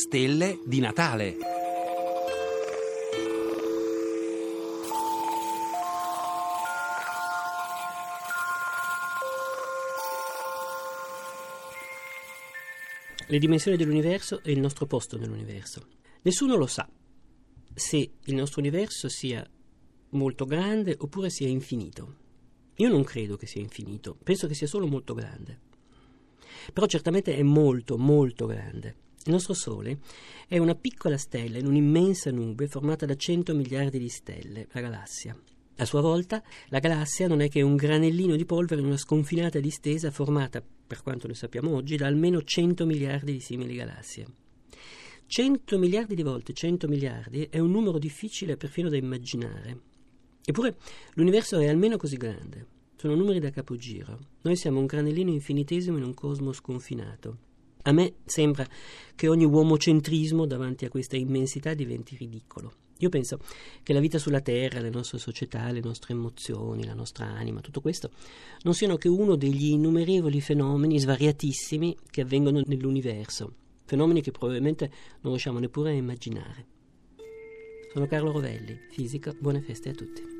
stelle di Natale. Le dimensioni dell'universo e il nostro posto nell'universo. Nessuno lo sa se il nostro universo sia molto grande oppure sia infinito. Io non credo che sia infinito, penso che sia solo molto grande. Però certamente è molto, molto grande. Il nostro Sole è una piccola stella in un'immensa nube formata da 100 miliardi di stelle, la galassia. A sua volta, la galassia non è che un granellino di polvere in una sconfinata distesa formata, per quanto ne sappiamo oggi, da almeno 100 miliardi di simili galassie. 100 miliardi di volte 100 miliardi è un numero difficile perfino da immaginare. Eppure l'universo è almeno così grande. Sono numeri da capogiro. Noi siamo un granellino infinitesimo in un cosmo sconfinato. A me sembra che ogni uomocentrismo davanti a questa immensità diventi ridicolo. Io penso che la vita sulla Terra, le nostre società, le nostre emozioni, la nostra anima, tutto questo non siano che uno degli innumerevoli fenomeni svariatissimi che avvengono nell'universo, fenomeni che probabilmente non riusciamo neppure a immaginare. Sono Carlo Rovelli, fisico, buone feste a tutti.